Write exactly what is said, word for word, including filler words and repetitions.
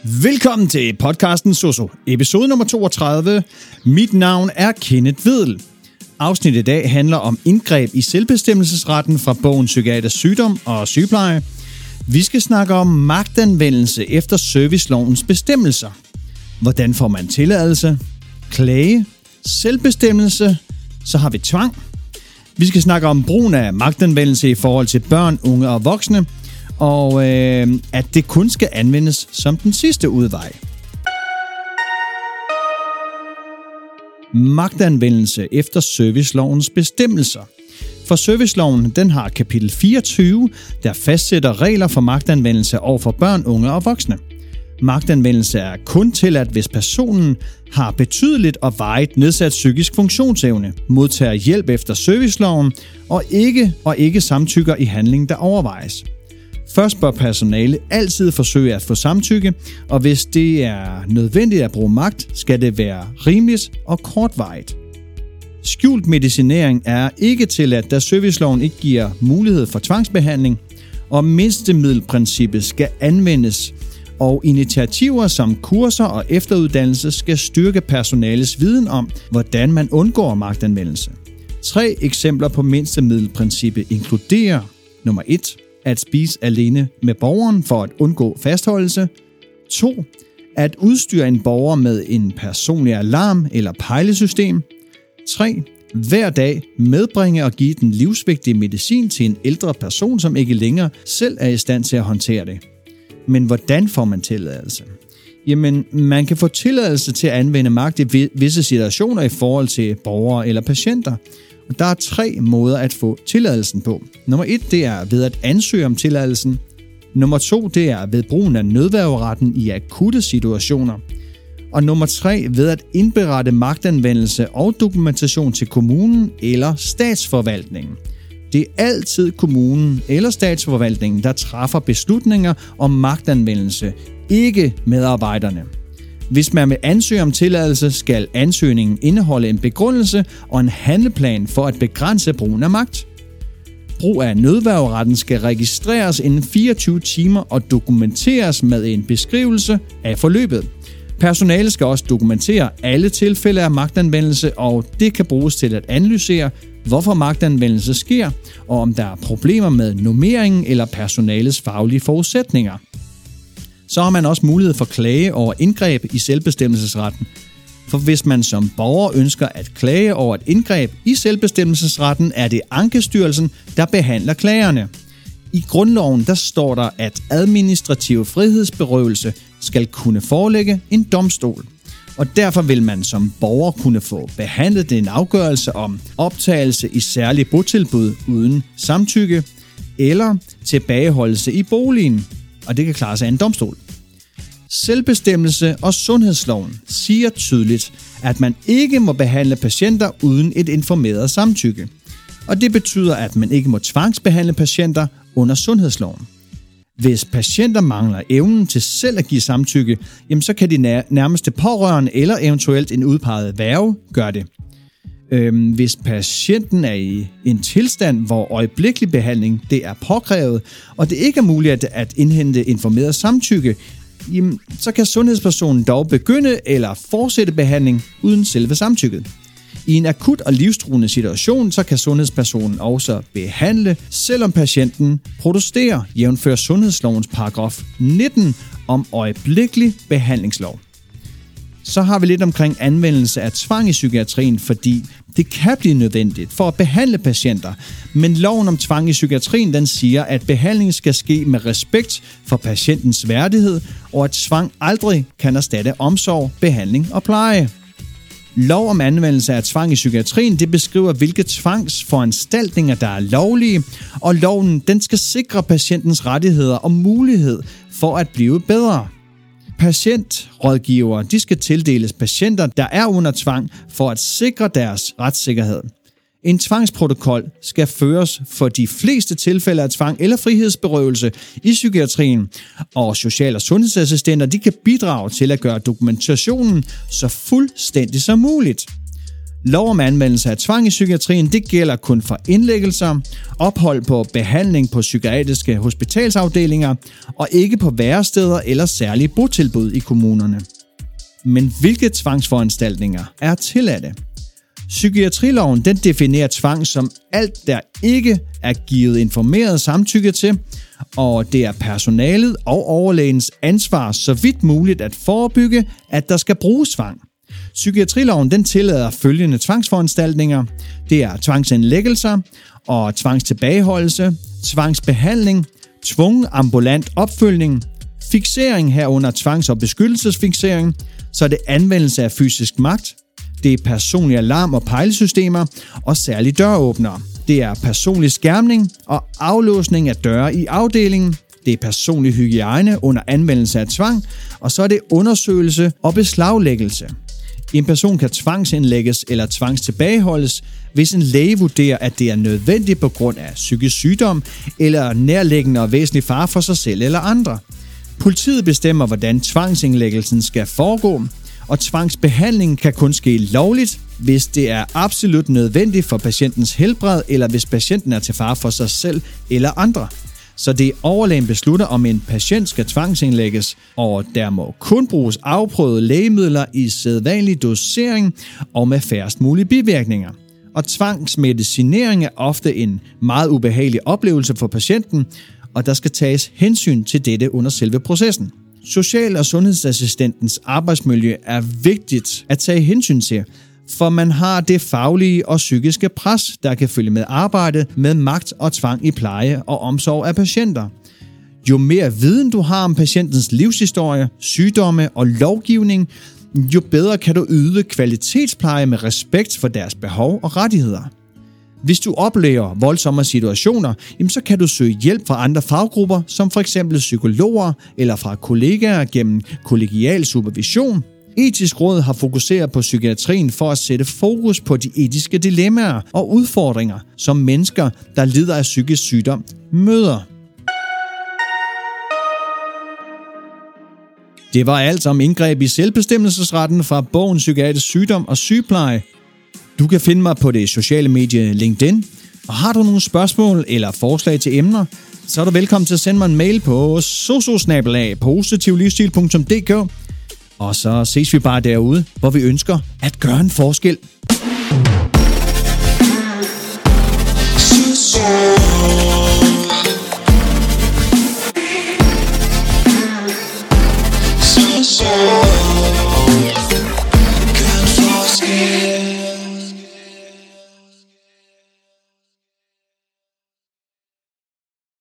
Velkommen til podcasten Soso, episode nummer toogtredive. Mit navn er Kenneth Vedel. Afsnittet i dag handler om indgreb i selvbestemmelsesretten fra bogen Psykiatrisk Sygdom og Sygepleje. Vi skal snakke om magtanvendelse efter servicelovens bestemmelser. Hvordan får man tilladelse? Klage? Selvbestemmelse? Så har vi tvang. Vi skal snakke om brugen af magtanvendelse i forhold til børn, unge og voksne. Og øh, at det kun skal anvendes som den sidste udvej. Magtanvendelse efter servicelovens bestemmelser. For serviceloven, den har kapitel fireogtyve, der fastsætter regler for magtanvendelse over for børn, unge og voksne. Magtanvendelse er kun tilladt, hvis personen har betydeligt og varigt nedsat psykisk funktionsevne, modtager hjælp efter serviceloven og ikke, og ikke samtykker i handling, der overvejes. Først bør personale altid forsøge at få samtykke, og hvis det er nødvendigt at bruge magt, skal det være rimeligt og kortvarigt. Skjult medicinering er ikke tilladt, da serviceloven ikke giver mulighed for tvangsbehandling, og mindstemiddelprincippet skal anvendes, og initiativer som kurser og efteruddannelse skal styrke personales viden om, hvordan man undgår magtanvendelse. Tre eksempler på mindstemiddelprincippet inkluderer nummer et. At spise alene med borgeren for at undgå fastholdelse. to. At udstyre en borger med en personlig alarm eller pejlesystem. tre. Hver dag medbringe og give den livsvigtige medicin til en ældre person, som ikke længere selv er i stand til at håndtere det. Men hvordan får man tilladelse? Jamen, man kan få tilladelse til at anvende magt i visse situationer i forhold til borgere eller patienter. Og der er tre måder at få tilladelsen på. Nummer et, det er ved at ansøge om tilladelsen. Nummer to, det er ved brugen af nødværgeretten i akutte situationer. Og nummer tre, ved at indberette magtanvendelse og dokumentation til kommunen eller statsforvaltningen. Det er altid kommunen eller statsforvaltningen, der træffer beslutninger om magtanvendelse, ikke medarbejderne. Hvis man vil ansøge om tilladelse, skal ansøgningen indeholde en begrundelse og en handleplan for at begrænse brugen af magt. Brug af nødværgeretten skal registreres inden fireogtyve timer og dokumenteres med en beskrivelse af forløbet. Personalet skal også dokumentere alle tilfælde af magtanvendelse, og det kan bruges til at analysere, hvorfor magtanvendelse sker, og om der er problemer med normeringen eller personalets faglige forudsætninger. Så har man også mulighed for klage over indgreb i selvbestemmelsesretten. For hvis man som borger ønsker at klage over et indgreb i selvbestemmelsesretten, er det Ankestyrelsen, der behandler klagerne. I grundloven der står der, at administrativ frihedsberøvelse skal kunne forelægge en domstol. Og derfor vil man som borger kunne få behandlet en afgørelse om optagelse i særlige botilbud uden samtykke eller tilbageholdelse i boligen, og det kan klares af en domstol. Selvbestemmelse og sundhedsloven siger tydeligt, at man ikke må behandle patienter uden et informeret samtykke. Og det betyder, at man ikke må tvangsbehandle patienter under sundhedsloven. Hvis patienter mangler evnen til selv at give samtykke, jamen så kan de nærmeste pårørende eller eventuelt en udpeget værge gøre det. Øhm, hvis patienten er i en tilstand, hvor øjeblikkelig behandling det er påkrævet, og det ikke er muligt at, at indhente informeret samtykke, jamen, så kan sundhedspersonen dog begynde eller fortsætte behandling uden selve samtykket. I en akut og livstruende situation, så kan sundhedspersonen også behandle, selvom patienten protesterer, jævnfør sundhedslovens paragraf nitten om øjeblikkelig behandlingslov. Så har vi lidt omkring anvendelse af tvang i psykiatrien, fordi det kan blive nødvendigt for at behandle patienter. Men loven om tvang i psykiatrien, den siger, at behandling skal ske med respekt for patientens værdighed, og at tvang aldrig kan erstatte omsorg, behandling og pleje. Lov om anvendelse af tvang i psykiatrien, det beskriver, hvilke tvangsforanstaltninger, der er lovlige, og loven den skal sikre patientens rettigheder og mulighed for at blive bedre. Patientrådgivere de skal tildeles patienter, der er under tvang, for at sikre deres retssikkerhed. En tvangsprotokol skal føres for de fleste tilfælde af tvang eller frihedsberøvelse i psykiatrien, og social- og sundhedsassistenter de kan bidrage til at gøre dokumentationen så fuldstændig som muligt. Lov om anvendelse af tvang i psykiatrien, det gælder kun for indlæggelser, ophold på behandling på psykiatriske hospitalsafdelinger og ikke på væresteder eller særlige botilbud i kommunerne. Men hvilke tvangsforanstaltninger er tilladte? Psykiatriloven den definerer tvang som alt, der ikke er givet informeret samtykke til, og det er personalet og overlægens ansvar så vidt muligt at forebygge, at der skal bruges tvang. Psykiatriloven den tillader følgende tvangsforanstaltninger. Det er tvangsindlæggelser og tvangstilbageholdelse, tvangsbehandling, tvungen ambulant opfølgning, fiksering herunder tvangs- og beskyttelsesfiksering, så er det anvendelse af fysisk magt, det er personlige alarm- og pejlesystemer og særlige døråbnere. Det er personlig skærmning og aflåsning af døre i afdelingen. Det er personlig hygiejne under anvendelse af tvang, og så er det undersøgelse og beslaglæggelse. En person kan tvangsindlægges eller tvangstilbageholdes, hvis en læge vurderer, at det er nødvendigt på grund af psykisk sygdom eller nærliggende og væsentlig fare for sig selv eller andre. Politiet bestemmer, hvordan tvangsindlæggelsen skal foregå, og tvangsbehandling kan kun ske lovligt, hvis det er absolut nødvendigt for patientens helbred, eller hvis patienten er til fare for sig selv eller andre. Så det er overlægen beslutter, om en patient skal tvangsindlægges, og der må kun bruges afprøvede lægemidler i sædvanlig dosering og med færrest mulige bivirkninger. Og tvangsmedicinering er ofte en meget ubehagelig oplevelse for patienten, og der skal tages hensyn til dette under selve processen. Social- og sundhedsassistentens arbejdsmiljø er vigtigt at tage hensyn til, for man har det faglige og psykiske pres, der kan følge med arbejdet med magt og tvang i pleje og omsorg af patienter. Jo mere viden du har om patientens livshistorie, sygdomme og lovgivning, jo bedre kan du yde kvalitetspleje med respekt for deres behov og rettigheder. Hvis du oplever voldsomme situationer, så kan du søge hjælp fra andre faggrupper, som f.eks. psykologer eller fra kollegaer gennem kollegial supervision. Etisk Råd har fokuseret på psykiatrien for at sætte fokus på de etiske dilemmaer og udfordringer, som mennesker, der lider af psykisk sygdom, møder. Det var alt om indgreb i selvbestemmelsesretten fra bogen Psykiatrisk sygdom og sygepleje. Du kan finde mig på det sociale medie LinkedIn, og har du nogle spørgsmål eller forslag til emner, så er du velkommen til at sende mig en mail på sosu snabel-a positivlivsstil punktum d k. Og så ses vi bare derude, hvor vi ønsker at gøre en forskel.